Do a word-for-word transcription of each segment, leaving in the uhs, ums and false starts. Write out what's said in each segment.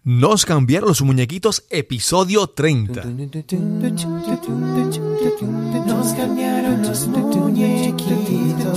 Nos cambiaron los muñequitos, episodio treinta. Nos cambiaron los muñequitos.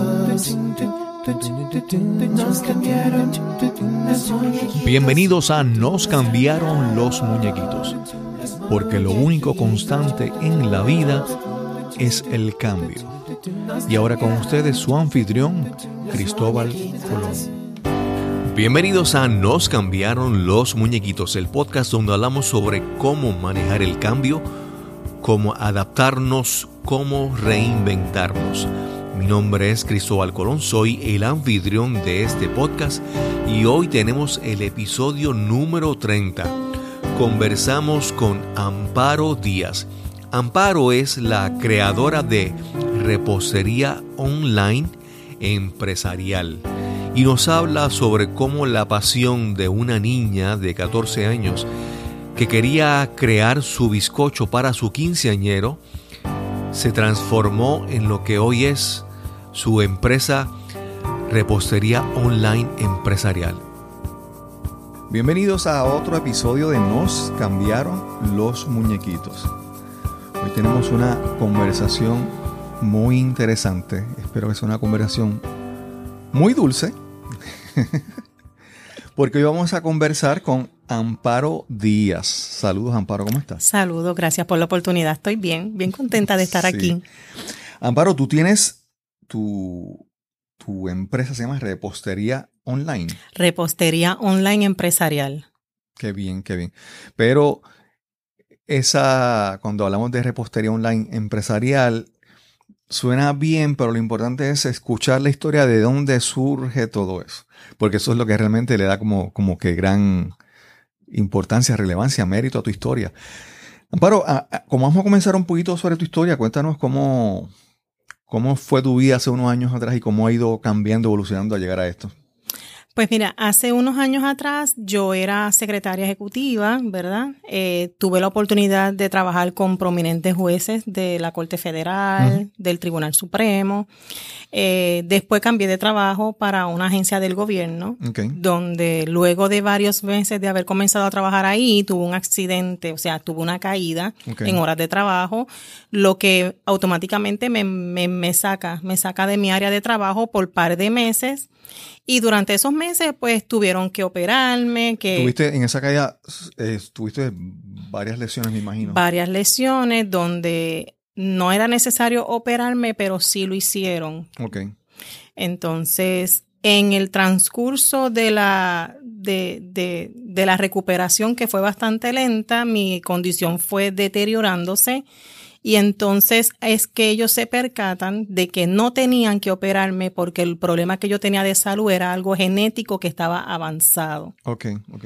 Nos cambiaron los muñequitos. Bienvenidos a Nos cambiaron los muñequitos, porque lo único constante en la vida es el cambio. Y ahora con ustedes su anfitrión, Cristóbal Colón. Bienvenidos a Nos cambiaron los muñequitos, el podcast donde hablamos sobre cómo manejar el cambio, cómo adaptarnos, cómo reinventarnos. Mi nombre es Cristóbal Colón, soy el anfitrión de este podcast y hoy tenemos el episodio número treinta. Conversamos con Amparo Díaz. Amparo es la creadora de Repostería Online Empresarial y nos habla sobre cómo la pasión de una niña de catorce años que quería crear su bizcocho para su quinceañero se transformó en lo que hoy es su empresa Repostería Online Empresarial. Bienvenidos a otro episodio de Nos cambiaron los muñequitos. Hoy tenemos una conversación muy interesante. Espero que sea una conversación muy dulce. Porque hoy vamos a conversar con Amparo Díaz. Saludos, Amparo, ¿cómo estás? Saludos, gracias por la oportunidad. Estoy bien, bien contenta de estar sí. aquí. Amparo, tú tienes tu, tu empresa, se llama Repostería Online. Repostería Online Empresarial. Qué bien, qué bien. Pero esa, cuando hablamos de repostería online empresarial, suena bien, pero lo importante es escuchar la historia de dónde surge todo eso. Porque eso es lo que realmente le da como, como que gran importancia, relevancia, mérito a tu historia. Amparo, a, a, como vamos a comenzar un poquito sobre tu historia, cuéntanos cómo, cómo fue tu vida hace unos años atrás y cómo ha ido cambiando, evolucionando a llegar a esto. Pues mira, hace unos años atrás yo era secretaria ejecutiva, ¿verdad? Eh, tuve la oportunidad de trabajar con prominentes jueces de la Corte Federal, uh-huh. del Tribunal Supremo. Eh, después cambié de trabajo para una agencia del gobierno, okay. donde luego de varios meses de haber comenzado a trabajar ahí, tuve un accidente, o sea, tuve una caída okay. en horas de trabajo, lo que automáticamente me, me, me saca, me saca de mi área de trabajo por par de meses. Y durante esos meses, pues, tuvieron que operarme. Que ¿Tuviste en esa caída, eh, tuviste varias lesiones, me imagino? Varias lesiones donde no era necesario operarme, pero sí lo hicieron. Ok. Entonces, en el transcurso de la, de, de, de la recuperación, que fue bastante lenta, mi condición fue deteriorándose. Y entonces es que ellos se percatan de que no tenían que operarme porque el problema que yo tenía de salud era algo genético que estaba avanzado. Ok, ok.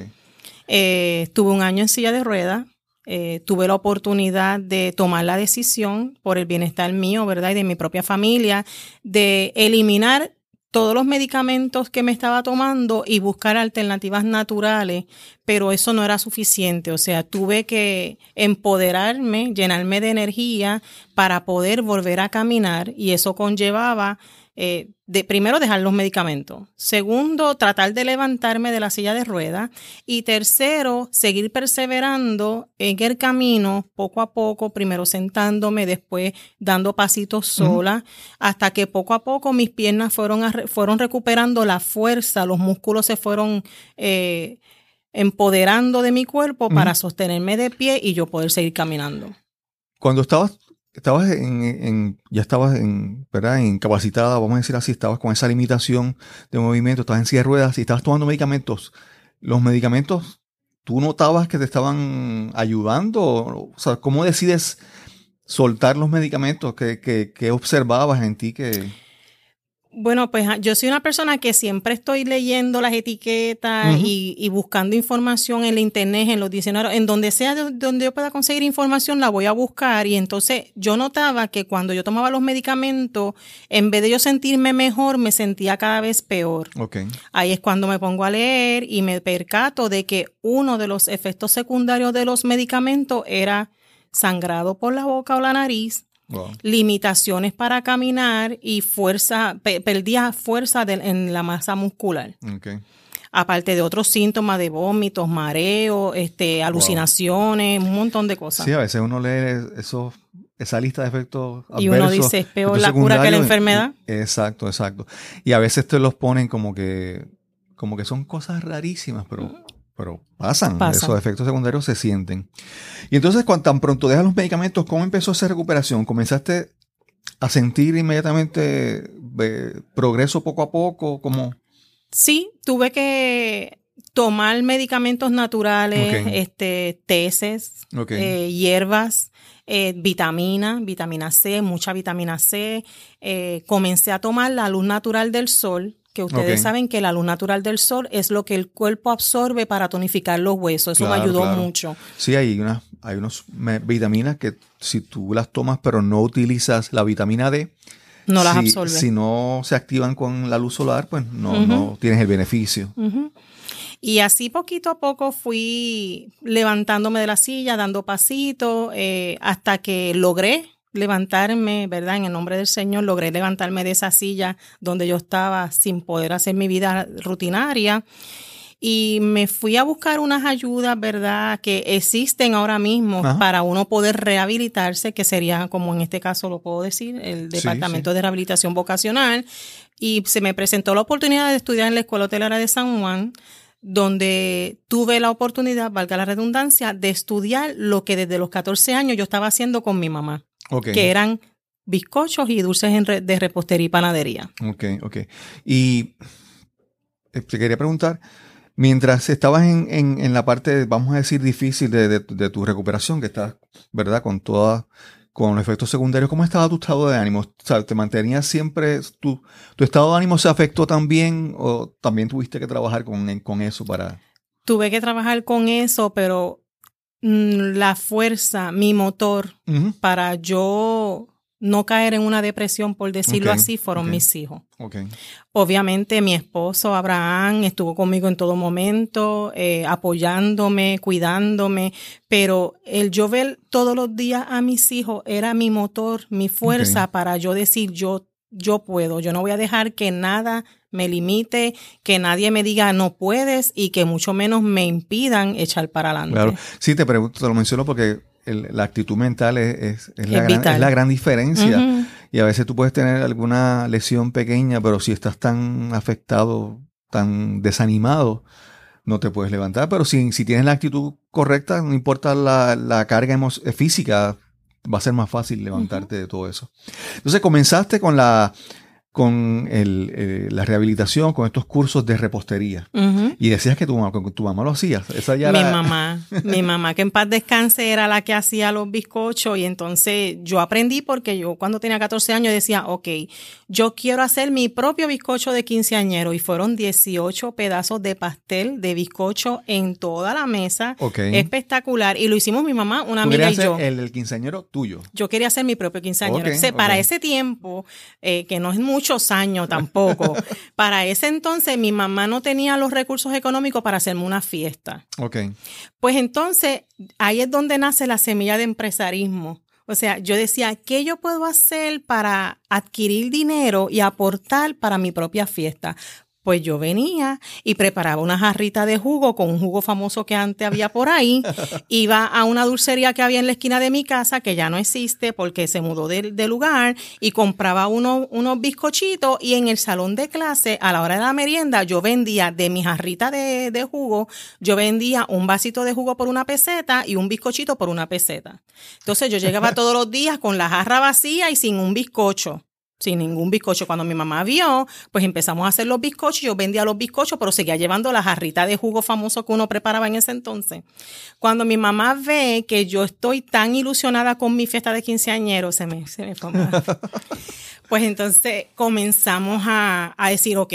Eh, estuve un año en silla de ruedas. Eh, tuve la oportunidad de tomar la decisión por el bienestar mío, ¿verdad? Y de mi propia familia, de eliminar todos los medicamentos que me estaba tomando y buscar alternativas naturales, pero eso no era suficiente. O sea, tuve que empoderarme, llenarme de energía para poder volver a caminar y eso conllevaba, eh, de, primero, dejar los medicamentos. Segundo, tratar de levantarme de la silla de ruedas. Y tercero, seguir perseverando en el camino poco a poco, primero sentándome, después dando pasitos sola, uh-huh. hasta que poco a poco mis piernas fueron, a, fueron recuperando la fuerza, los músculos se fueron eh, empoderando de mi cuerpo uh-huh. para sostenerme de pie y yo poder seguir caminando. Cuando estabas Estabas en, en, ya estabas en, ¿verdad? Incapacitada, vamos a decir así, estabas con esa limitación de movimiento, estabas en silla de ruedas y estabas tomando medicamentos. ¿Los medicamentos, tú notabas que te estaban ayudando? O sea, ¿cómo decides soltar los medicamentos? ¿Qué, qué, qué observabas en ti que...? Bueno, pues yo soy una persona que siempre estoy leyendo las etiquetas uh-huh. y, y buscando información en la internet, en los diccionarios, en donde sea donde yo pueda conseguir información la voy a buscar. Y entonces yo notaba que cuando yo tomaba los medicamentos, en vez de yo sentirme mejor, me sentía cada vez peor. Okay. Ahí es cuando me pongo a leer y me percato de que uno de los efectos secundarios de los medicamentos era sangrado por la boca o la nariz, wow. limitaciones para caminar y fuerza, pe- perdía fuerza de, en la masa muscular. Okay. aparte de otros síntomas de vómitos, mareo, este, alucinaciones, wow. un montón de cosas. Sí, a veces uno lee esos, esa lista de efectos adversos. Y uno dice, es peor la cura que la enfermedad. Y, exacto, exacto. Y a veces te los ponen como que, como que son cosas rarísimas, pero... Pero pasan, pasan, esos efectos secundarios se sienten. Y entonces, cuando tan pronto dejas los medicamentos, ¿cómo empezó esa recuperación? ¿Comenzaste a sentir inmediatamente eh, progreso poco a poco? ¿Cómo? Sí, tuve que tomar medicamentos naturales, okay. este, teces, okay. eh, hierbas, eh, vitamina, vitamina C, mucha vitamina C. Eh, comencé a tomar la luz natural del sol, que ustedes okay. saben que la luz natural del sol es lo que el cuerpo absorbe para tonificar los huesos. Eso claro, me ayudó claro. mucho. Sí, hay unas hay unos vitaminas que si tú las tomas pero no utilizas la vitamina D, no si, las absorbes. Si no se activan con la luz solar, pues no, uh-huh. no tienes el beneficio. Uh-huh. Y así poquito a poco fui levantándome de la silla, dando pasitos, eh, hasta que logré levantarme, ¿verdad? En el nombre del Señor, logré levantarme de esa silla donde yo estaba sin poder hacer mi vida rutinaria. Y me fui a buscar unas ayudas, ¿verdad?, que existen ahora mismo Ajá. para uno poder rehabilitarse, que sería, como en este caso lo puedo decir, el Departamento sí, sí. de Rehabilitación Vocacional. Y se me presentó la oportunidad de estudiar en la Escuela Hotelera de San Juan, donde tuve la oportunidad, valga la redundancia, de estudiar lo que desde los catorce años yo estaba haciendo con mi mamá. Okay. Que eran bizcochos y dulces en re, de repostería y panadería. Ok, ok. Y te quería preguntar, mientras estabas en, en, en la parte, vamos a decir, difícil de, de, de tu recuperación, que estás, ¿verdad?, con toda, con los efectos secundarios, ¿cómo estaba tu estado de ánimo? O sea, ¿te mantenías siempre, tu, tu estado de ánimo se afectó también o también tuviste que trabajar con, con eso para...? Tuve que trabajar con eso, pero la fuerza, mi motor uh-huh. para yo no caer en una depresión, por decirlo okay. así, fueron okay. mis hijos. Okay. Obviamente mi esposo Abraham estuvo conmigo en todo momento, eh, apoyándome, cuidándome, pero el yo ver todos los días a mis hijos era mi motor, mi fuerza okay. para yo decir yo, yo puedo, yo no voy a dejar que nada me limite, que nadie me diga no puedes y que mucho menos me impidan echar para adelante. Claro, sí, te pregunto, te lo menciono porque el, la actitud mental es, es, es, es, la gran, es la gran diferencia. Uh-huh. Y a veces tú puedes tener alguna lesión pequeña, pero si estás tan afectado, tan desanimado, no te puedes levantar. Pero si, si tienes la actitud correcta, no importa la, la carga emo- física, va a ser más fácil levantarte uh-huh. de todo eso. Entonces comenzaste con la... con el, eh, la rehabilitación, con estos cursos de repostería. Uh-huh. Y decías que tu mamá, que tu mamá lo hacía. Esa ya mi era... mamá, mi mamá, que en paz descanse, era la que hacía los bizcochos. Y entonces yo aprendí porque yo cuando tenía catorce años decía, ok, yo quiero hacer mi propio bizcocho de quinceañero. Y fueron dieciocho pedazos de pastel de bizcocho en toda la mesa. Okay. Espectacular. Y lo hicimos mi mamá, una amiga y yo. El, el quinceañero tuyo. Yo quería hacer mi propio quinceañero. Okay, o sea, okay. Para ese tiempo, eh, que no es mucho, muchos años tampoco. Para ese entonces mi mamá no tenía los recursos económicos para hacerme una fiesta. Okay. Pues entonces ahí es donde nace la semilla de empresarismo. O sea, yo decía, ¿qué yo puedo hacer para adquirir dinero y aportar para mi propia fiesta? Pues yo venía y preparaba una jarrita de jugo con un jugo famoso que antes había por ahí. Iba a una dulcería que había en la esquina de mi casa, que ya no existe porque se mudó de, de lugar, y compraba uno, unos bizcochitos, y en el salón de clase, a la hora de la merienda, yo vendía de mi jarrita de, de jugo, yo vendía un vasito de jugo por una peseta y un bizcochito por una peseta. Entonces yo llegaba todos los días con la jarra vacía y sin un bizcocho. Sin ningún bizcocho. Cuando mi mamá vio, pues empezamos a hacer los bizcochos. Yo vendía los bizcochos, pero seguía llevando la jarrita de jugo famoso que uno preparaba en ese entonces. Cuando mi mamá ve que yo estoy tan ilusionada con mi fiesta de quinceañero, se me, se me fue mal. Pues entonces comenzamos a, a decir, ok,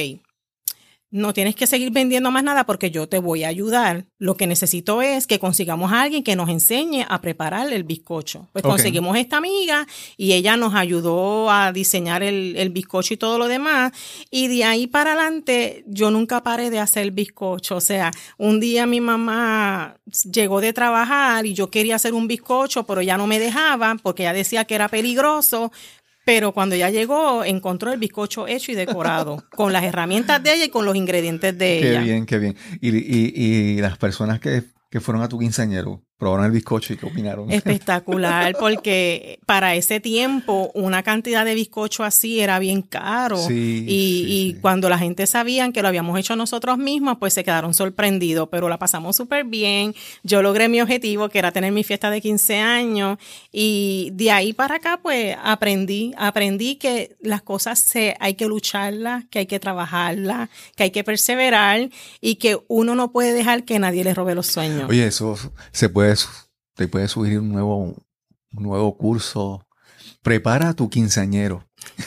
no tienes que seguir vendiendo más nada porque yo te voy a ayudar. Lo que necesito es que consigamos a alguien que nos enseñe a preparar el bizcocho. Pues okay. Conseguimos esta amiga y ella nos ayudó a diseñar el, el bizcocho y todo lo demás. Y de ahí para adelante yo nunca paré de hacer bizcocho. O sea, un día mi mamá llegó de trabajar y yo quería hacer un bizcocho, pero ella no me dejaba porque ella decía que era peligroso. Pero cuando ella llegó, encontró el bizcocho hecho y decorado, con las herramientas de ella y con los ingredientes de qué ella. Qué bien, qué bien. Y, y, y las personas que, que fueron a tu quinceañero, probaron el bizcocho y qué opinaron. Espectacular, porque para ese tiempo una cantidad de bizcocho así era bien caro. Sí, y, sí, y sí. cuando la gente sabía que lo habíamos hecho nosotros mismos, pues se quedaron sorprendidos, pero la pasamos súper bien. Yo logré mi objetivo, que era tener mi fiesta de quince años, y de ahí para acá pues aprendí, aprendí que las cosas se, hay que lucharlas, que hay que trabajarlas, que hay que perseverar y que uno no puede dejar que nadie le robe los sueños. Oye, eso se puede, te puede sugerir un nuevo, un nuevo curso. Prepara a tu quinceañero.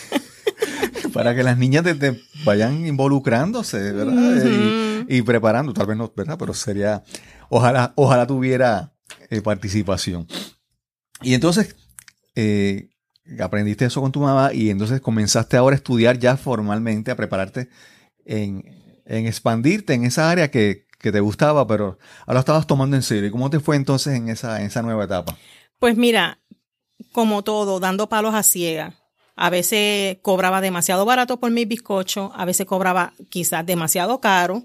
Para que las niñas te, te vayan involucrándose, ¿verdad? Uh-huh. y, y preparando, tal vez no, ¿verdad? Pero sería, ojalá, ojalá tuviera eh, participación. Y entonces, eh, aprendiste eso con tu mamá y entonces comenzaste ahora a estudiar ya formalmente, a prepararte en, en expandirte en esa área que, que te gustaba, pero ahora lo estabas tomando en serio. ¿Y cómo te fue entonces en esa, en esa nueva etapa? Pues mira, como todo, dando palos a ciegas. A veces cobraba demasiado barato por mis bizcochos, a veces cobraba quizás demasiado caro,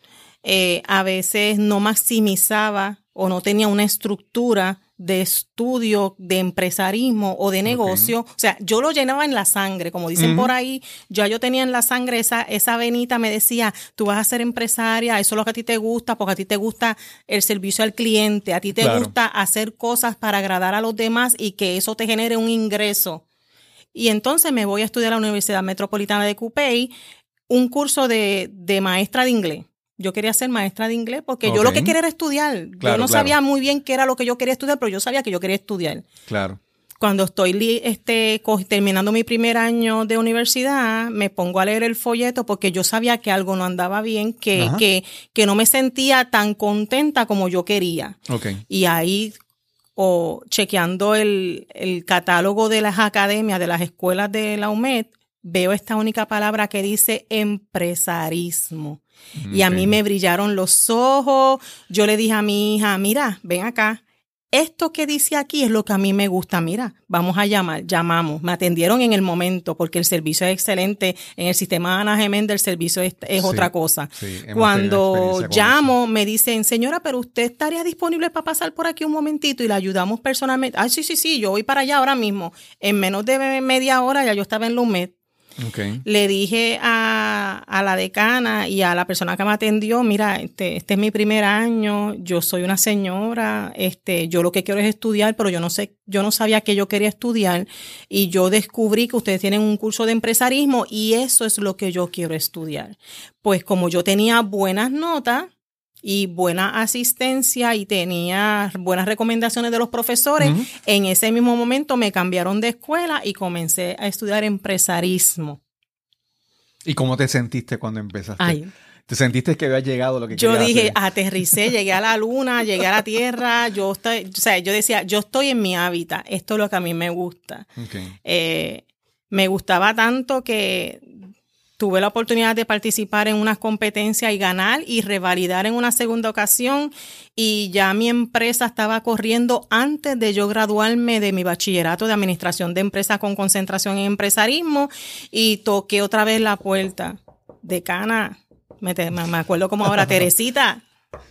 eh, a veces no maximizaba o no tenía una estructura de estudio, de empresarismo o de negocio. Okay. O sea, yo lo llenaba en la sangre, como dicen uh-huh. por ahí, ya yo tenía en la sangre esa, esa venita, me decía, tú vas a ser empresaria, eso es lo que a ti te gusta, porque a ti te gusta el servicio al cliente, a ti te claro. gusta hacer cosas para agradar a los demás y que eso te genere un ingreso. Y entonces me voy a estudiar a la Universidad Metropolitana de Cupey, un curso de, de maestra de inglés. Yo quería ser maestra de inglés porque okay. yo lo que quería era estudiar. Claro, yo no claro. sabía muy bien qué era lo que yo quería estudiar, pero yo sabía que yo quería estudiar. Claro. Cuando estoy este, terminando mi primer año de universidad, me pongo a leer el folleto porque yo sabía que algo no andaba bien, que, que, que no me sentía tan contenta como yo quería. Okay. Y ahí... o chequeando el, el catálogo de las academias, de las escuelas de la U M E D, veo esta única palabra que dice empresarismo. Okay. Y a mí me brillaron los ojos. Yo le dije a mi hija, mira, ven acá. Esto que dice aquí es lo que a mí me gusta. Mira, vamos a llamar. Llamamos. Me atendieron en el momento porque el servicio es excelente. En el sistema Ana Geméndez el servicio es, es sí, otra cosa. Sí, cuando llamo, me dicen, señora, pero usted estaría disponible para pasar por aquí un momentito y la ayudamos personalmente. Ay, sí, sí, sí, yo voy para allá ahora mismo. En menos de media hora ya yo estaba en la U M E D. Okay. Le dije a, a la decana y a la persona que me atendió, mira, este, este es mi primer año, yo soy una señora, este, yo lo que quiero es estudiar, pero yo no sé, yo no sabía que yo quería estudiar y yo descubrí que ustedes tienen un curso de empresarismo y eso es lo que yo quiero estudiar. Pues como yo tenía buenas notas y buena asistencia y tenía buenas recomendaciones de los profesores, uh-huh. en ese mismo momento me cambiaron de escuela y comencé a estudiar empresarismo. ¿Y cómo te sentiste cuando empezaste? Ay. ¿Te sentiste que había llegado lo que yo querías dije, hacer? Aterricé, llegué a la luna, llegué a la tierra, yo estoy, o sea, yo decía, yo estoy en mi hábitat, esto es lo que a mí me gusta. Okay. Eh, me gustaba tanto que tuve la oportunidad de participar en unas competencias y ganar y revalidar en una segunda ocasión y ya mi empresa estaba corriendo antes de yo graduarme de mi bachillerato de administración de empresas con concentración en empresarismo y toqué otra vez la puerta. Decana, me, te, me acuerdo como ahora, Teresita,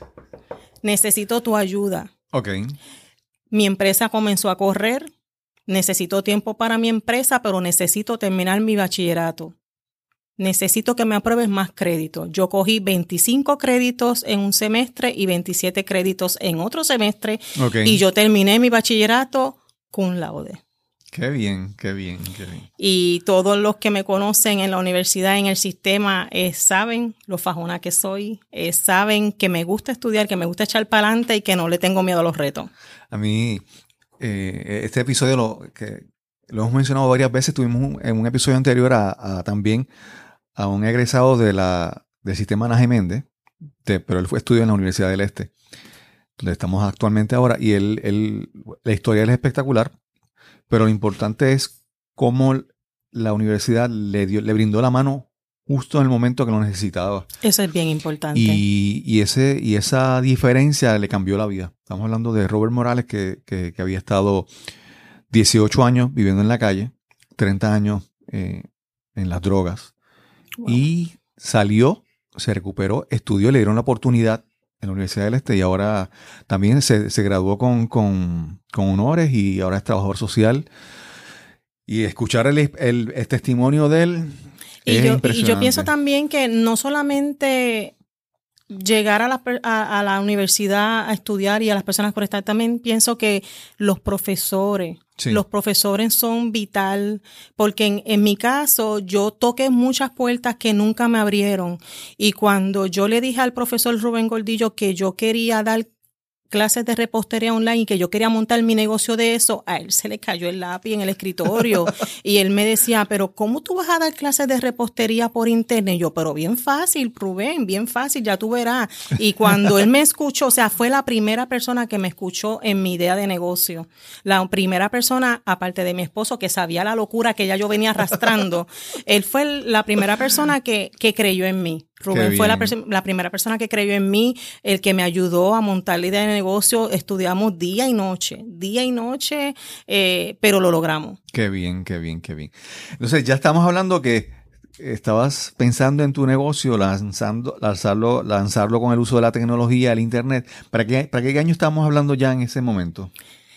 necesito tu ayuda. Okay. Mi empresa comenzó a correr, necesito tiempo para mi empresa, pero necesito terminar mi bachillerato. Necesito que me apruebes más créditos. Yo cogí veinticinco créditos en un semestre y veintisiete créditos en otro semestre. Okay. Y yo terminé mi bachillerato cum laude. Qué bien, qué bien, qué bien. Y todos los que me conocen en la universidad, en el sistema, eh, saben lo fajona que soy, eh, saben que me gusta estudiar, que me gusta echar para adelante y que no le tengo miedo a los retos. A mí, eh, este episodio lo, que, lo hemos mencionado varias veces. Tuvimos un, en un episodio anterior a, a también... a un egresado de la, del sistema Ana Geméndez, de, pero él fue estudió en la Universidad del Este, donde estamos actualmente ahora, y él, él, la historia de él es espectacular, pero lo importante es cómo la universidad le, dio, le brindó la mano justo en el momento que lo necesitaba. Eso es bien importante. Y, y, ese, y esa diferencia le cambió la vida. Estamos hablando de Robert Morales, que, que, que había estado dieciocho años viviendo en la calle, treinta años eh, en las drogas. Wow. Y salió, se recuperó, estudió, le dieron la oportunidad en la Universidad del Este y ahora también se, se graduó con, con, con honores y ahora es trabajador social. Y escuchar el, el, el testimonio de él y es yo, impresionante. Y yo pienso también que no solamente llegar a la, a, a la universidad a estudiar y a las personas conectadas, también pienso que los profesores, sí. los profesores son vital, porque en, en mi caso yo toqué muchas puertas que nunca me abrieron y cuando yo le dije al profesor Rubén Gordillo que yo quería dar clases de repostería online y que yo quería montar mi negocio de eso, a él se le cayó el lápiz en el escritorio y él me decía, pero ¿cómo tú vas a dar clases de repostería por internet? Y yo, pero bien fácil, Rubén, bien fácil, ya tú verás. Y cuando él me escuchó, o sea, fue la primera persona que me escuchó en mi idea de negocio. La primera persona, aparte de mi esposo, que sabía la locura que ya yo venía arrastrando, él fue la primera persona que, que creyó en mí. Rubén fue la, perso- la primera persona que creyó en mí, el que me ayudó a montar la idea de negocio. Estudiamos día y noche, día y noche, eh, pero lo logramos. Qué bien, qué bien, qué bien. Entonces ya estamos hablando que estabas pensando en tu negocio, lanzando, lanzarlo, lanzarlo con el uso de la tecnología, el internet. ¿Para qué, para qué año estamos hablando ya en ese momento?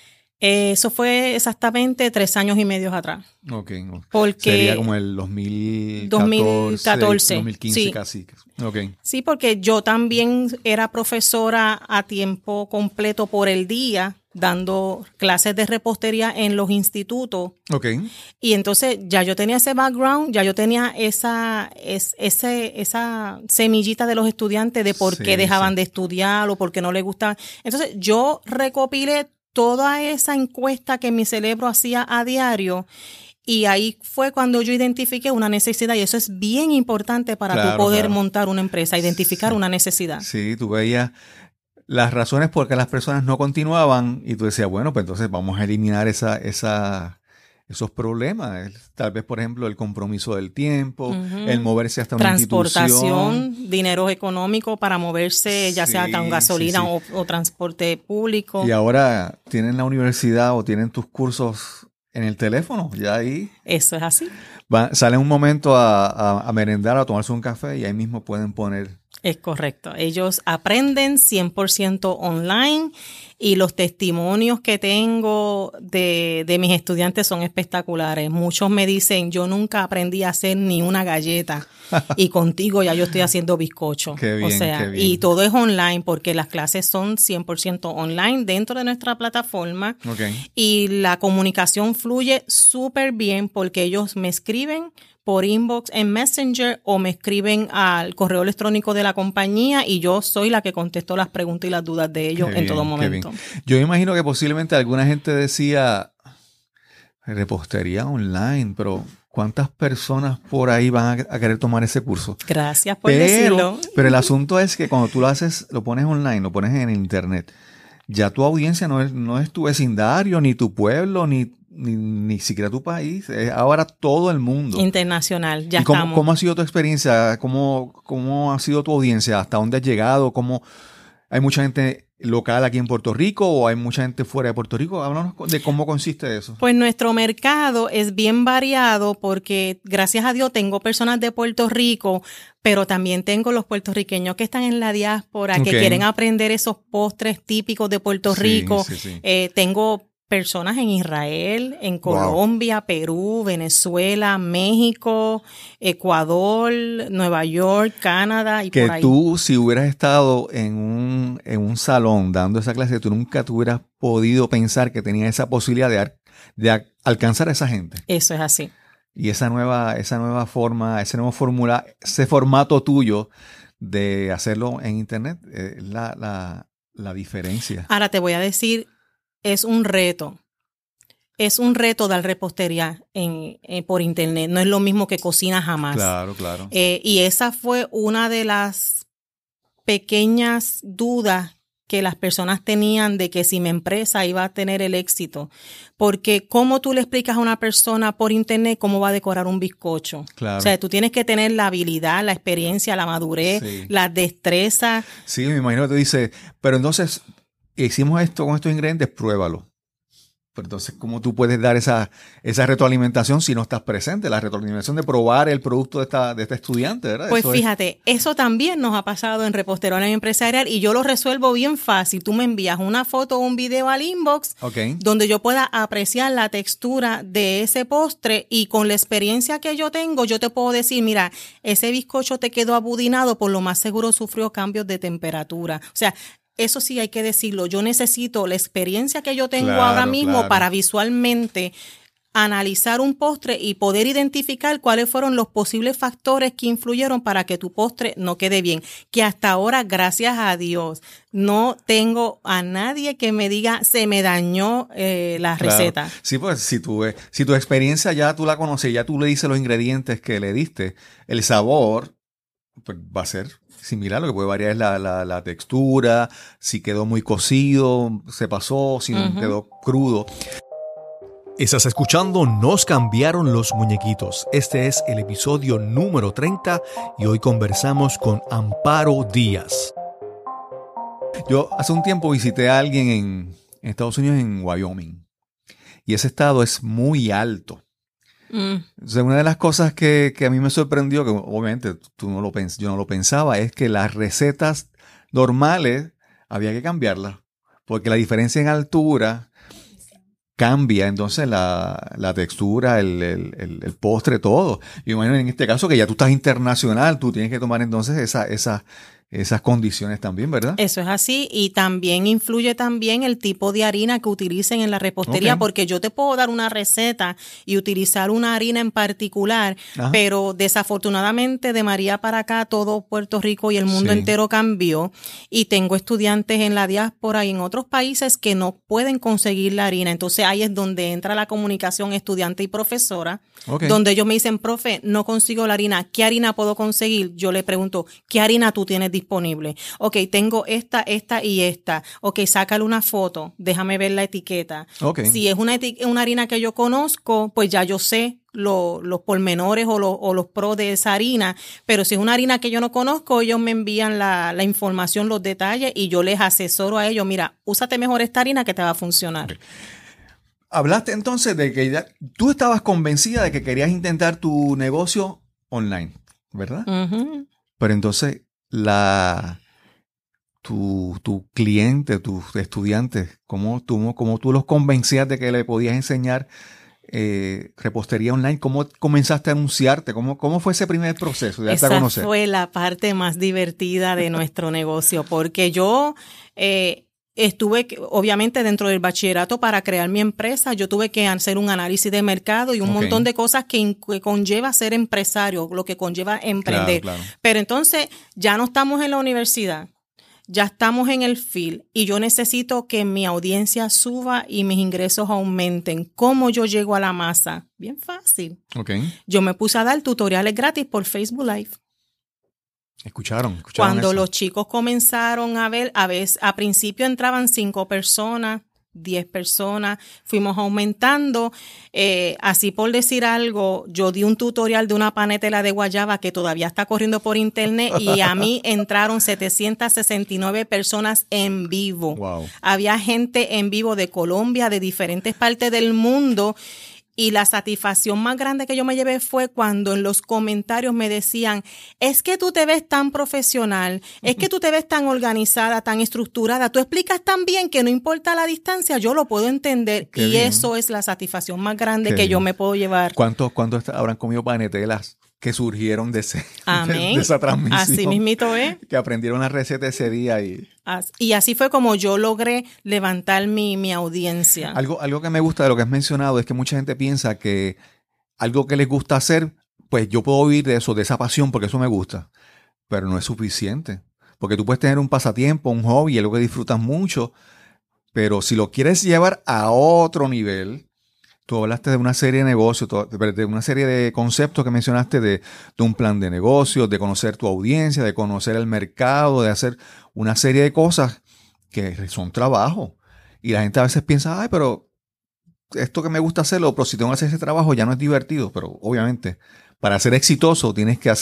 Eh, eso fue exactamente tres años y medio atrás. Ok. Porque sería como el dos mil catorce, dos mil catorce dos mil quince sí. casi. Okay. Sí, porque yo también era profesora a tiempo completo por el día, dando clases de repostería en los institutos. Okay. Y entonces ya yo tenía ese background, ya yo tenía esa, es, ese, esa semillita de los estudiantes de por sí, qué dejaban sí. de estudiar o por qué no les gustaba. Entonces yo recopilé toda esa encuesta que mi cerebro hacía a diario y ahí fue cuando yo identifiqué una necesidad y eso es bien importante para claro, tú poder claro. montar una empresa, identificar sí. una necesidad. Sí, tú veías las razones por qué las personas no continuaban y tú decías, bueno, pues entonces vamos a eliminar esa, esa, esos problemas. Tal vez, por ejemplo, el compromiso del tiempo, uh-huh. el moverse hasta una transportación, institución. dinero económico para moverse, ya sí, sea con gasolina sí, sí. O, o transporte público. Y ahora tienen la universidad o tienen tus cursos en el teléfono, ya ahí. Eso es así. Va, salen un momento a, a, a merendar, a tomarse un café y ahí mismo pueden poner. Es correcto. Ellos aprenden cien por ciento online y los testimonios que tengo de, de mis estudiantes son espectaculares. Muchos me dicen, yo nunca aprendí a hacer ni una galleta y contigo ya yo estoy haciendo bizcocho. Qué bien, o sea, qué bien. Y todo es online porque las clases son cien por ciento online dentro de nuestra plataforma. Okay. Y la comunicación fluye súper bien porque ellos me escriben por inbox en Messenger o me escriben al correo electrónico de la compañía y yo soy la que contesto las preguntas y las dudas de ellos qué en bien, todo momento. Yo imagino que posiblemente alguna gente decía repostería online, pero ¿cuántas personas por ahí van a, a querer tomar ese curso? Gracias por pero, decirlo. Pero el asunto es que cuando tú lo haces, lo pones online, lo pones en internet, ya tu audiencia no es, no es tu vecindario, ni tu pueblo, ni Ni, ni siquiera tu país, es ahora todo el mundo. Internacional, ya ¿Y cómo, estamos. ¿Cómo ha sido tu experiencia? ¿Cómo, ¿Cómo ha sido tu audiencia? ¿Hasta dónde has llegado? ¿Cómo, ¿Hay mucha gente local aquí en Puerto Rico o hay mucha gente fuera de Puerto Rico? Háblanos de cómo consiste eso. Pues nuestro mercado es bien variado porque gracias a Dios tengo personas de Puerto Rico, pero también tengo los puertorriqueños que están en la diáspora, okay. que quieren aprender esos postres típicos de Puerto sí, Rico. Sí, sí. Eh, tengo personas en Israel, en Colombia, wow. Perú, Venezuela, México, Ecuador, Nueva York, Canadá y que por ahí. Que tú, si hubieras estado en un, en un salón dando esa clase, tú nunca te hubieras podido pensar que tenías esa posibilidad de, de a, alcanzar a esa gente. Eso es así. Y esa nueva, esa nueva forma, ese nuevo fórmula, ese formato tuyo de hacerlo en internet, es eh, la, la, la diferencia. Ahora te voy a decir, es un reto. Es un reto dar repostería en, eh, por internet. No es lo mismo que cocina jamás. Claro, claro. Eh, y esa fue una de las pequeñas dudas que las personas tenían de que si mi empresa iba a tener el éxito. Porque ¿cómo tú le explicas a una persona por internet cómo va a decorar un bizcocho? Claro. O sea, tú tienes que tener la habilidad, la experiencia, la madurez, sí. la destreza. Sí, me imagino que tú dices, pero entonces hicimos esto con estos ingredientes, pruébalo. Pero entonces, ¿cómo tú puedes dar esa, esa retroalimentación si no estás presente? La retroalimentación de probar el producto de esta, de este estudiante, ¿verdad? Pues eso fíjate, es... eso también nos ha pasado en Repostería Online Empresarial y yo lo resuelvo bien fácil. Tú me envías una foto o un video al inbox okay. donde yo pueda apreciar la textura de ese postre y con la experiencia que yo tengo, yo te puedo decir, mira, ese bizcocho te quedó abudinado, por lo más seguro sufrió cambios de temperatura. O sea, eso sí hay que decirlo. Yo necesito la experiencia que yo tengo claro, ahora mismo claro. para visualmente analizar un postre y poder identificar cuáles fueron los posibles factores que influyeron para que tu postre no quede bien. Que hasta ahora, gracias a Dios, no tengo a nadie que me diga se me dañó eh, la claro. receta. Sí, pues si tu, si tu experiencia ya tú la conoces, ya tú le dices los ingredientes que le diste, el sabor pues, va a ser similar. Lo que puede variar es la, la, la textura, si quedó muy cocido, se pasó, si uh-huh. quedó crudo. Estás escuchando Nos cambiaron los muñequitos. Este es el episodio número treinta y hoy conversamos con Amparo Díaz. Yo hace un tiempo visité a alguien en, en Estados Unidos, en Wyoming, y ese estado es muy alto. Mm. Entonces, una de las cosas que, que a mí me sorprendió, que obviamente tú no lo pens- yo no lo pensaba, es que las recetas normales había que cambiarlas, porque la diferencia en altura cambia entonces la, la textura, el, el, el, el postre, todo. Yo imagino en este caso que ya tú estás internacional, tú tienes que tomar entonces esa, esa, esas condiciones también, ¿verdad? Eso es así, y también influye también el tipo de harina que utilicen en la repostería, okay. porque yo te puedo dar una receta y utilizar una harina en particular, ajá. pero desafortunadamente de María para acá todo Puerto Rico y el mundo sí. entero cambió, y tengo estudiantes en la diáspora y en otros países que no pueden conseguir la harina. Entonces ahí es donde entra la comunicación estudiante y profesora, okay. donde ellos me dicen, profe, no consigo la harina, ¿qué harina puedo conseguir? Yo le pregunto, ¿qué harina tú tienes disponible? Disponible. Ok, tengo esta, esta y esta. Ok, sácale una foto, déjame ver la etiqueta. Okay. Si es una, eti- una harina que yo conozco, pues ya yo sé lo, los pormenores o, lo, o los pros de esa harina, pero si es una harina que yo no conozco, ellos me envían la, la información, los detalles y yo les asesoro a ellos, mira, úsate mejor esta harina que te va a funcionar. Okay. Hablaste entonces de que ya, tú estabas convencida de que querías intentar tu negocio online, ¿verdad? Uh-huh. Pero entonces La, tu, tu cliente, tus estudiantes, ¿cómo tú, cómo tú los convencías de que le podías enseñar eh, repostería online? ¿Cómo comenzaste a anunciarte? ¿Cómo, cómo fue ese primer proceso de darte a conocer? Esa fue la parte más divertida de nuestro negocio, porque yo... Eh, Estuve, obviamente, dentro del bachillerato para crear mi empresa. Yo tuve que hacer un análisis de mercado y un okay. montón de cosas que, que conlleva ser empresario, lo que conlleva emprender. Claro, claro. Pero entonces ya no estamos en la universidad, ya estamos en el field y yo necesito que mi audiencia suba y mis ingresos aumenten. ¿Cómo yo llego a la masa? Bien fácil. Okay. Yo me puse a dar tutoriales gratis por Facebook Live. Escucharon, escucharon Cuando eso. Los chicos comenzaron a ver, a veces, a principio entraban cinco personas, diez personas, fuimos aumentando. Eh, así por decir algo, yo di un tutorial de una panetela de guayaba que todavía está corriendo por internet y a mí entraron setecientas sesenta y nueve personas en vivo. Wow. Había gente en vivo de Colombia, de diferentes partes del mundo. Y la satisfacción más grande que yo me llevé fue cuando en los comentarios me decían, es que tú te ves tan profesional, es que tú te ves tan organizada, tan estructurada, tú explicas tan bien que no importa la distancia, yo lo puedo entender. Qué y bien. Eso es la satisfacción más grande Qué que bien. Yo me puedo llevar. ¿Cuántos, cuántos habrán comido panetelas que surgieron de, ese, de, de esa transmisión? Así mismito es. Que aprendieron la receta ese día. Y y así fue como yo logré levantar mi, mi audiencia. Algo, algo que me gusta de lo que has mencionado es que mucha gente piensa que algo que les gusta hacer, pues yo puedo vivir de eso, de esa pasión, porque eso me gusta. Pero no es suficiente. Porque tú puedes tener un pasatiempo, un hobby, algo que disfrutas mucho, pero si lo quieres llevar a otro nivel... Tú hablaste de una serie de negocios, de una serie de conceptos que mencionaste de, de un plan de negocios, de conocer tu audiencia, de conocer el mercado, de hacer una serie de cosas que son trabajo. Y la gente a veces piensa, ay, pero esto que me gusta hacerlo, pero si tengo que hacer ese trabajo ya no es divertido. Pero obviamente, para ser exitoso tienes que hacer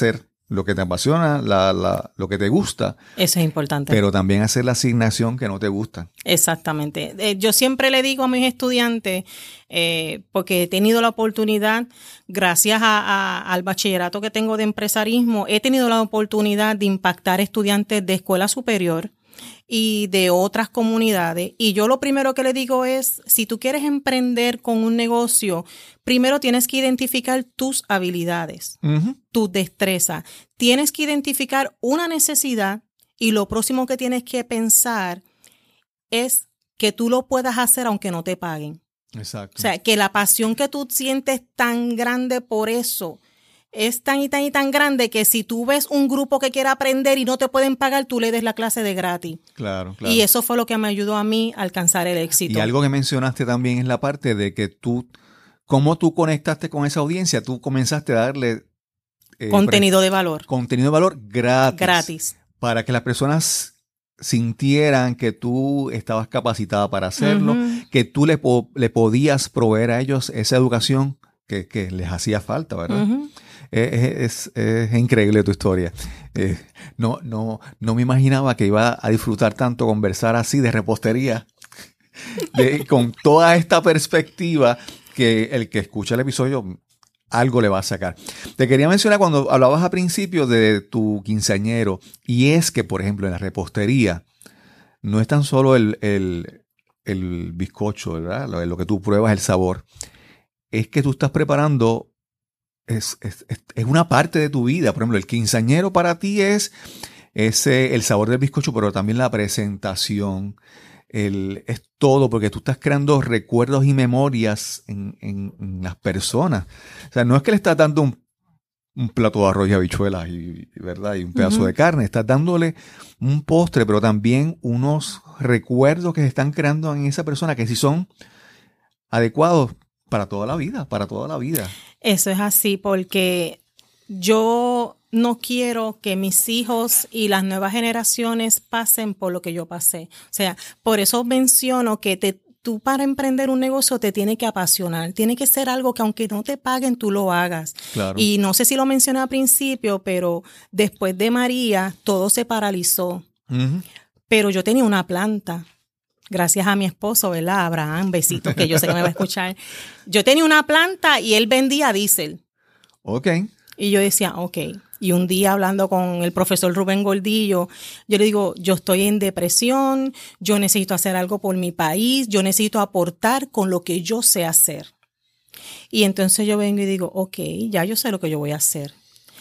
lo que te apasiona, la, la, lo que te gusta. Eso es importante. Pero también hacer la asignación que no te gusta. Exactamente. Eh, yo siempre le digo a mis estudiantes, eh, porque he tenido la oportunidad, gracias a, a, al bachillerato que tengo de empresarismo, he tenido la oportunidad de impactar estudiantes de escuela superior y de otras comunidades. Y yo lo primero que le digo es, si tú quieres emprender con un negocio, primero tienes que identificar tus habilidades, uh-huh. tus destrezas. Tienes que identificar una necesidad y lo próximo que tienes que pensar es que tú lo puedas hacer aunque no te paguen. Exacto. O sea, que la pasión que tú sientes tan grande por eso es tan y tan y tan grande que si tú ves un grupo que quiere aprender y no te pueden pagar, tú le des la clase de gratis. Claro, claro. Y eso fue lo que me ayudó a mí a alcanzar el éxito. Y algo que mencionaste también es la parte de que tú, cómo tú conectaste con esa audiencia, tú comenzaste a darle... Eh, contenido de valor. Contenido de valor gratis. Gratis. Para que las personas sintieran que tú estabas capacitada para hacerlo, uh-huh. que tú le, po- le podías proveer a ellos esa educación que, que les hacía falta, ¿verdad? Uh-huh. Es, es, es increíble tu historia. Eh, no, no, no me imaginaba que iba a disfrutar tanto conversar así de repostería, de, con toda esta perspectiva que el que escucha el episodio algo le va a sacar. Te quería mencionar cuando hablabas al principio de tu quinceañero, y es que, por ejemplo, en la repostería no es tan solo el, el, el bizcocho, ¿verdad? Lo, lo que tú pruebas, el sabor. Es que tú estás preparando Es, es, es una parte de tu vida. Por ejemplo, el quinceañero para ti es ese, el sabor del bizcocho, pero también la presentación. El, es todo, porque tú estás creando recuerdos y memorias en, en, en las personas. O sea, no es que le estás dando un, un plato de arroz y habichuelas y, ¿verdad? y un pedazo uh-huh. de carne. Estás dándole un postre, pero también unos recuerdos que se están creando en esa persona que sí son adecuados para toda la vida, para toda la vida. Eso es así, porque yo no quiero que mis hijos y las nuevas generaciones pasen por lo que yo pasé. O sea, por eso menciono que te, tú para emprender un negocio te tiene que apasionar. Tiene que ser algo que aunque no te paguen, tú lo hagas. Claro. Y no sé si lo mencioné al principio, pero después de María, todo se paralizó. Uh-huh. Pero yo tenía una planta. Gracias a mi esposo, ¿verdad? Abraham, besitos, que yo sé que me va a escuchar. Yo tenía una planta y él vendía diésel. Ok. Y yo decía, ok. Y un día hablando con el profesor Rubén Gordillo, yo le digo, yo estoy en depresión, yo necesito hacer algo por mi país, yo necesito aportar con lo que yo sé hacer. Y entonces yo vengo y digo, ok, ya yo sé lo que yo voy a hacer.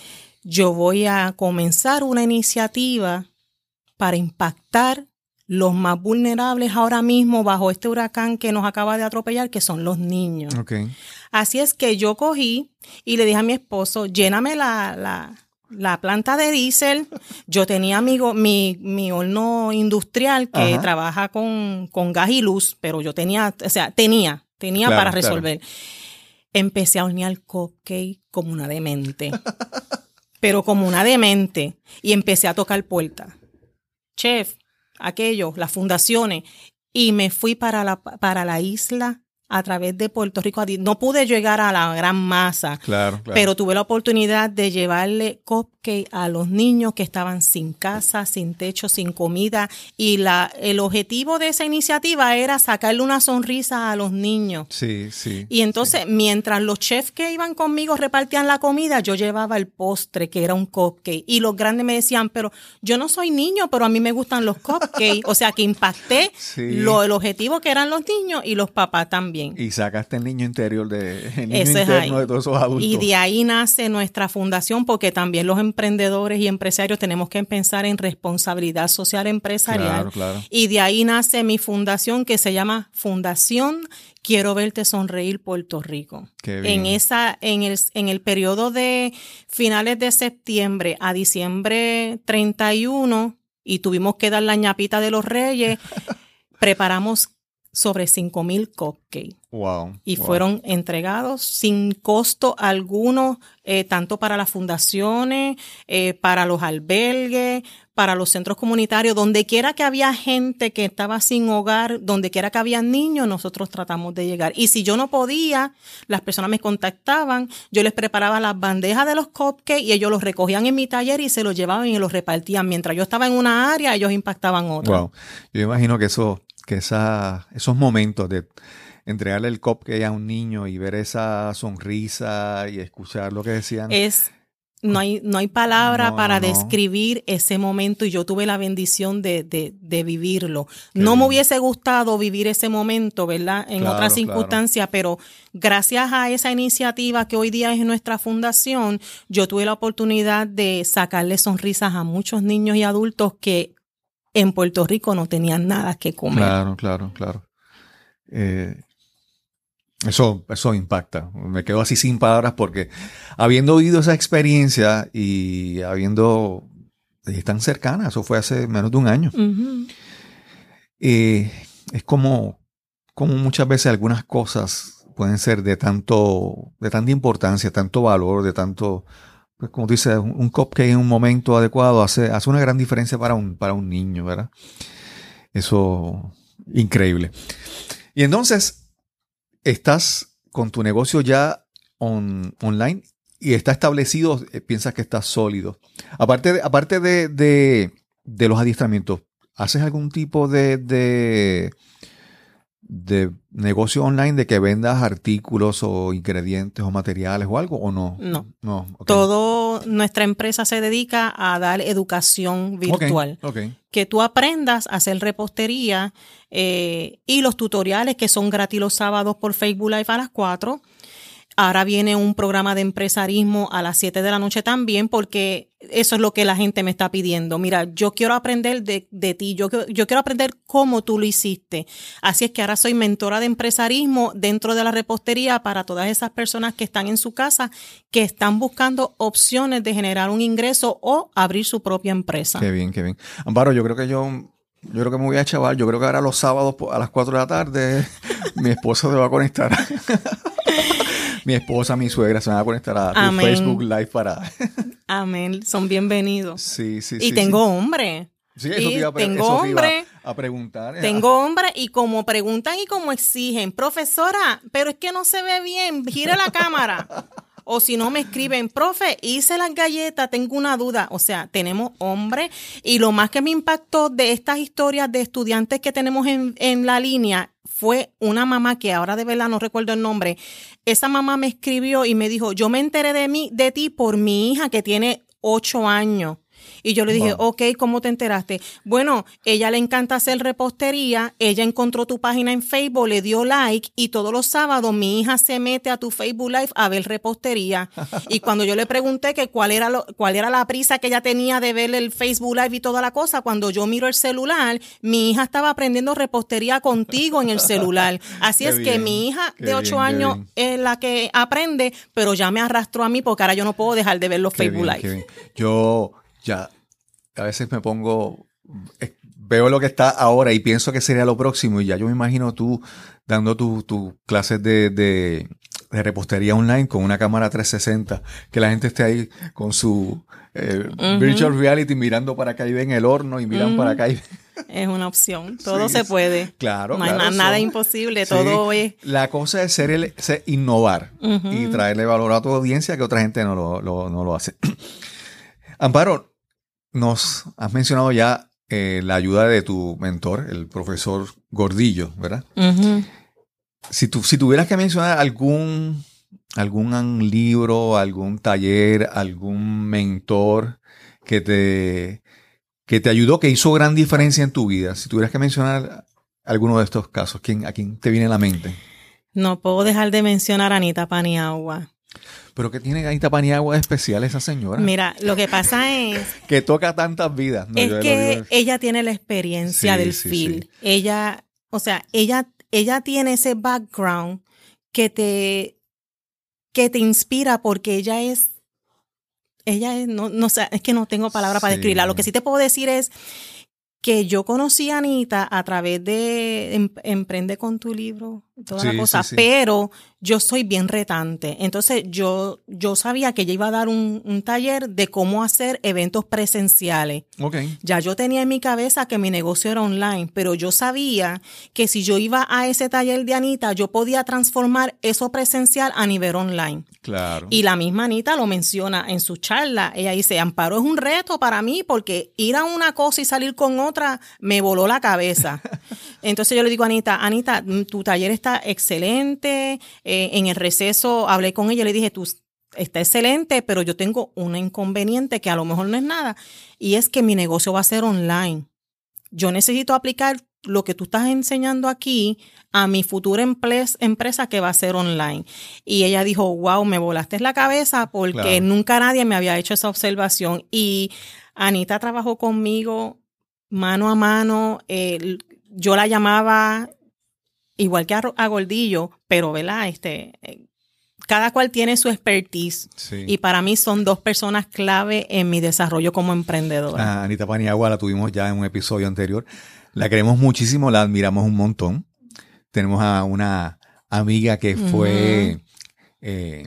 Yo voy a comenzar una iniciativa para impactar los más vulnerables ahora mismo bajo este huracán que nos acaba de atropellar, que son los niños. Okay. Así es que yo cogí y le dije a mi esposo, lléname la, la, la planta de diésel. Yo tenía amigo, mi, mi horno industrial que Ajá. trabaja con, con gas y luz, pero yo tenía, o sea, tenía, tenía claro, para resolver. Claro. Empecé a hornear cupcake como una demente, pero como una demente. Y empecé a tocar puertas. Chef, aquello, las fundaciones, y me fui para la, para la isla a través de Puerto Rico. No pude llegar a la gran masa, claro, claro. pero tuve la oportunidad de llevarle cupcake a los niños que estaban sin casa, sin techo, sin comida, y la el objetivo de esa iniciativa era sacarle una sonrisa a los niños. Sí, sí. Y entonces, sí. mientras los chefs que iban conmigo repartían la comida, yo llevaba el postre, que era un cupcake, y los grandes me decían, pero yo no soy niño, pero a mí me gustan los cupcakes. O sea, que impacté sí. lo, el objetivo que eran los niños y los papás también. Y sacaste el niño interior de, el niño Eso interno es ahí. de todos esos adultos. Y de ahí nace nuestra fundación, porque también los emprendedores y empresarios tenemos que pensar en responsabilidad social empresarial. Claro, claro. Y de ahí nace mi fundación, que se llama Fundación Quiero Verte Sonreír Puerto Rico. Qué bien. En esa, en el, en el periodo de finales de septiembre a diciembre treinta y uno, y tuvimos que dar la ñapita de los Reyes, preparamos sobre cinco mil cupcakes. Wow. Y wow. fueron entregados sin costo alguno, eh, tanto para las fundaciones, eh, para los albergues, para los centros comunitarios, donde quiera que había gente que estaba sin hogar, donde quiera que había niños, nosotros tratamos de llegar. Y si yo no podía, las personas me contactaban, yo les preparaba las bandejas de los cupcakes y ellos los recogían en mi taller y se los llevaban y los repartían. Mientras yo estaba en una área, ellos impactaban otra. Wow. Yo imagino que eso, que esa, esos momentos de entregarle el cupcake a un niño y ver esa sonrisa y escuchar lo que decían. Es, no hay, no hay palabra no, para no, no. describir ese momento y yo tuve la bendición de, de, de vivirlo. Qué no bien. me hubiese gustado vivir ese momento, ¿verdad? En Claro, otras claro. circunstancias, pero gracias a esa iniciativa que hoy día es nuestra fundación, yo tuve la oportunidad de sacarle sonrisas a muchos niños y adultos que en Puerto Rico no tenían nada que comer. Claro, claro, claro. Eh, Eso, eso impacta. Me quedo así sin palabras porque habiendo oído esa experiencia y habiendo, es tan cercana, eso fue hace menos de un año. Uh-huh. Eh, es como, como muchas veces algunas cosas pueden ser de tanto, de tanta importancia, tanto valor, de tanto, pues como tú dices, un, un cupcake en un momento adecuado hace, hace una gran diferencia para un, para un niño, ¿verdad? Eso, increíble. Y entonces, estás con tu negocio ya on, online y está establecido, eh, piensas que está sólido. Aparte de, aparte de, de, de los adiestramientos, ¿haces algún tipo de, de, de negocio online de que vendas artículos o ingredientes o materiales o algo o no? No. No. Okay. Todo, nuestra empresa se dedica a dar educación virtual. Okay, okay. Que tú aprendas a hacer repostería eh, y los tutoriales que son gratis los sábados por Facebook Live a las cuatro. Ahora viene un programa de empresarismo a las siete de la noche también, porque eso es lo que la gente me está pidiendo. Mira, yo quiero aprender de, de ti, yo, yo quiero aprender cómo tú lo hiciste. Así es que ahora soy mentora de empresarismo dentro de la repostería para todas esas personas que están en su casa, que están buscando opciones de generar un ingreso o abrir su propia empresa. Qué bien, qué bien. Amparo, yo creo que yo... Yo creo que me voy a chaval. Yo creo que ahora los sábados a las cuatro de la tarde mi esposa se va a conectar. Mi esposa, mi suegra se van a conectar a tu Amén. Facebook Live para... Amén. Son bienvenidos. Sí, sí, y sí. tengo sí. hombre. Sí, eso y te iba a, pre- tengo eso te iba hombre. a preguntar. Tengo hombre y como preguntan y como exigen, profesora, pero es que no se ve bien, gira la cámara. O si no me escriben, profe, hice las galletas, tengo una duda. O sea, tenemos hombres y lo más que me impactó de estas historias de estudiantes que tenemos en, en la línea fue una mamá que ahora de verdad no recuerdo el nombre. Esa mamá me escribió y me dijo, yo me enteré de mí, de ti por mi hija que tiene ocho años. Y yo le dije, Wow. ok, ¿cómo te enteraste? Bueno, ella le encanta hacer repostería, ella encontró tu página en Facebook, le dio like y todos los sábados mi hija se mete a tu Facebook Live a ver repostería. Y cuando yo le pregunté que cuál era lo, cuál era la prisa que ella tenía de ver el Facebook Live y toda la cosa, cuando yo miro el celular, mi hija estaba aprendiendo repostería contigo en el celular. Así Qué es bien, que mi hija qué de ocho bien, qué años bien. es la que aprende, pero ya me arrastró a mí porque ahora yo no puedo dejar de ver los Qué Facebook bien, Live. qué bien. Yo ya a veces me pongo, eh, veo lo que está ahora y pienso que sería lo próximo y ya yo me imagino tú dando tus tu clases de, de, de repostería online con una cámara trescientos sesenta, que la gente esté ahí con su eh, Ujú. virtual reality mirando para acá y ven el horno y miran Ujú. para acá y ven. Es una opción. Todo Sí, se sí. puede. Claro, No hay claro, na- nada son- imposible. Sí. Todo es. La cosa es ser el, ser innovar Ujú. y traerle valor a tu audiencia que otra gente no lo, lo- no lo hace. Amparo, nos has mencionado ya eh, la ayuda de tu mentor, el profesor Gordillo, ¿verdad? Ujú. Si, tu, si tuvieras que mencionar algún, algún libro, algún taller, algún mentor que te, que te ayudó, que hizo gran diferencia en tu vida, si tuvieras que mencionar alguno de estos casos, ¿quién, ¿a quién te viene a la mente? No puedo dejar de mencionar a Anita Paniagua. Pero ¿qué tiene Anita Paniagua de especial esa señora? Mira, lo que pasa es, Que toca tantas vidas. No, es yo lo que digo. ella tiene la experiencia Sí, del sí, feel. sí. Ella, o sea, ella, ella tiene ese background que te, que te inspira porque ella es, ella es, no, no sé, es que no tengo palabra para Sí. describirla. Lo que sí te puedo decir es que yo conocí a Anita a través de em- Emprende con tu libro, toda Sí, la cosa, sí, sí. pero yo soy bien retante. Entonces yo, yo sabía que ella iba a dar un, un taller de cómo hacer eventos presenciales. Ok. Ya yo tenía en mi cabeza que mi negocio era online, pero yo sabía que si yo iba a ese taller de Anita, yo podía transformar eso presencial a nivel online. Claro. Y la misma Anita lo menciona en su charla. Ella dice, Amparo, es un reto para mí porque ir a una cosa y salir con otra me voló la cabeza. Entonces yo le digo a Anita, Anita, tu taller está excelente. Eh, en el receso hablé con ella y le dije, tú está excelente, pero yo tengo un inconveniente que a lo mejor no es nada. Y es que mi negocio va a ser online. Yo necesito aplicar lo que tú estás enseñando aquí a mi futura empresa que va a ser online. Y ella dijo, wow, me volaste la cabeza porque Claro. nunca nadie me había hecho esa observación. Y Anita trabajó conmigo mano a mano. Eh, yo la llamaba igual que a, a Gordillo, pero, ¿verdad? Este, eh, cada cual tiene su expertise. Sí. Y para mí son dos personas clave en mi desarrollo como emprendedora. Ah, Anita Paniagua la tuvimos ya en un episodio anterior. La queremos muchísimo, la admiramos un montón. Tenemos a una amiga que fue... Uh-huh. eh,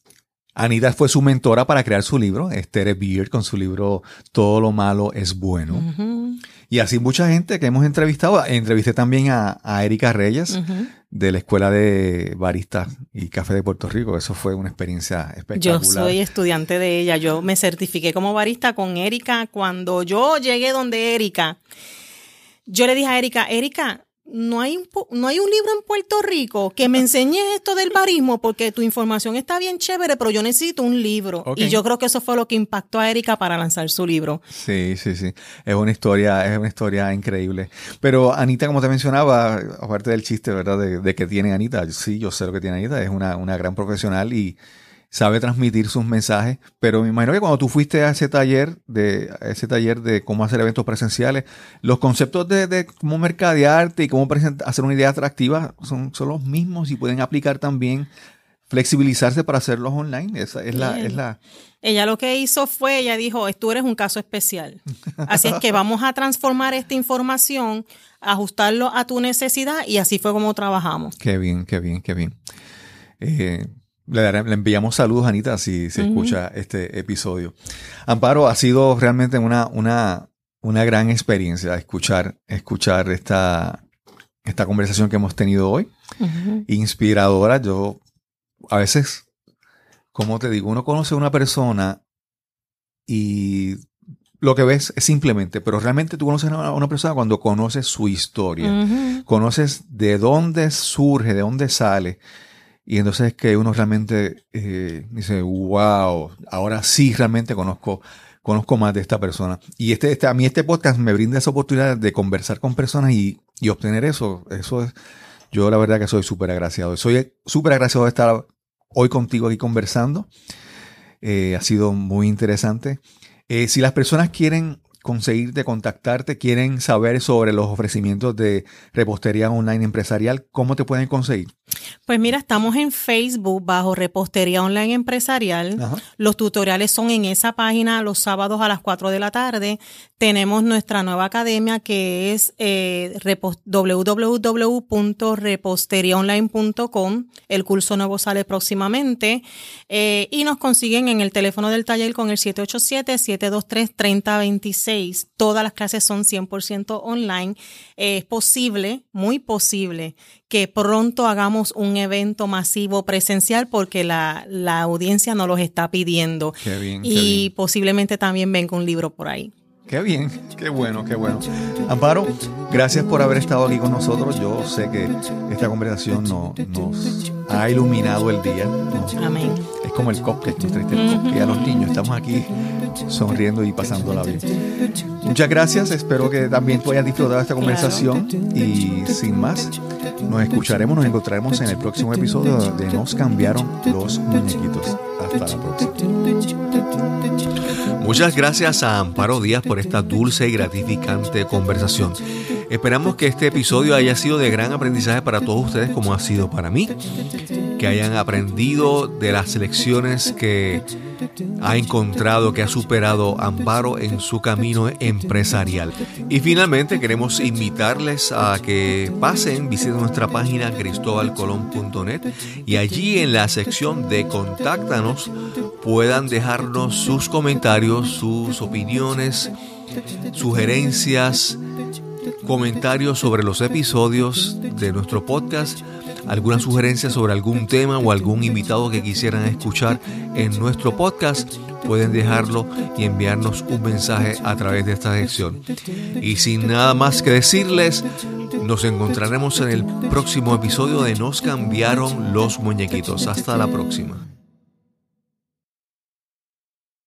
Anita fue su mentora para crear su libro, Esther Beard, con su libro Todo lo malo es bueno. Uh-huh. Y así mucha gente que hemos entrevistado. Entrevisté también a, a Erika Reyes, uh-huh. de la Escuela de Baristas y Café de Puerto Rico. Eso fue una experiencia espectacular. Yo soy estudiante de ella. Yo me certifiqué como barista con Erika. Cuando yo llegué donde Erika, yo le dije a Erika, Erika, no hay un, no hay un libro en Puerto Rico que me enseñe esto del barismo porque tu información está bien chévere, pero yo necesito un libro. Okay. Y yo creo que eso fue lo que impactó a Erika para lanzar su libro. Sí, sí, sí. Es una historia, es una historia increíble. Pero Anita, como te mencionaba, aparte del chiste, ¿verdad? De, de que tiene Anita, sí, yo sé lo que tiene Anita, es una, una gran profesional y sabe transmitir sus mensajes, pero me imagino que cuando tú fuiste a ese taller de a ese taller de cómo hacer eventos presenciales, los conceptos de, de cómo mercadearte y cómo present- hacer una idea atractiva son, son los mismos y pueden aplicar también, flexibilizarse para hacerlos online. Esa es la, es la... Ella lo que hizo fue, ella dijo, tú eres un caso especial. Así es que vamos a transformar esta información, ajustarlo a tu necesidad y así fue como trabajamos. Qué bien, qué bien, qué bien. Eh, Le, daré, le enviamos saludos, Anita, si se uh-huh. escucha este episodio. Amparo, ha sido realmente una, una, una gran experiencia escuchar, escuchar esta, esta conversación que hemos tenido hoy. Uh-huh. Inspiradora. Yo, a veces, como te digo, uno conoce a una persona y lo que ves es simplemente, pero realmente tú conoces a una persona cuando conoces su historia. Uh-huh. Conoces de dónde surge, de dónde sale. Y entonces es que uno realmente eh, dice, wow, ahora sí realmente conozco, conozco más de esta persona. Y este, este, a mí este podcast me brinda esa oportunidad de conversar con personas y, y obtener eso. Eso es, yo la verdad que soy súper agraciado. Soy súper agraciado de estar hoy contigo aquí conversando. Eh, ha sido muy interesante. Eh, si las personas quieren conseguirte, contactarte, quieren saber sobre los ofrecimientos de repostería online empresarial, ¿cómo te pueden conseguir? Pues mira, estamos en Facebook bajo Repostería Online Empresarial. Ajá. Los tutoriales son en esa página los sábados a las cuatro de la tarde. Tenemos nuestra nueva academia que es eh, doble u doble u doble u punto repostería online punto com. El curso nuevo sale próximamente. Eh, y nos consiguen en el teléfono del taller con el siete ocho siete, siete dos tres, tres cero dos seis. Todas las clases son cien por ciento online. Eh, es posible, muy posible, que pronto hagamos un evento masivo presencial porque la, la audiencia nos los está pidiendo. Qué bien, y qué bien. Posiblemente también venga un libro por ahí. Qué bien, qué bueno, qué bueno. Amparo, gracias por haber estado aquí con nosotros. Yo sé que esta conversación no, nos ha iluminado el día. Amén. Es como el cupcake, nuestra uh-huh. que a los niños estamos aquí sonriendo y pasándola bien. Muchas gracias, espero que también tú hayas disfrutado de esta conversación. Claro. Y sin más, nos escucharemos, nos encontraremos en el próximo episodio de Nos Cambiaron los Muñequitos. Hasta la próxima. Muchas gracias a Amparo Díaz por esta dulce y gratificante conversación. Esperamos que este episodio haya sido de gran aprendizaje para todos ustedes como ha sido para mí. Que hayan aprendido de las lecciones que ha encontrado, que ha superado Amparo en su camino empresarial. Y finalmente queremos invitarles a que pasen, visiten nuestra página cristobal colón punto net y allí en la sección de Contáctanos puedan dejarnos sus comentarios, sus opiniones, sugerencias, comentarios sobre los episodios de nuestro podcast, alguna sugerencia sobre algún tema o algún invitado que quisieran escuchar en nuestro podcast, pueden dejarlo y enviarnos un mensaje a través de esta sección. Y sin nada más que decirles, nos encontraremos en el próximo episodio de Nos cambiaron los muñequitos. Hasta la próxima.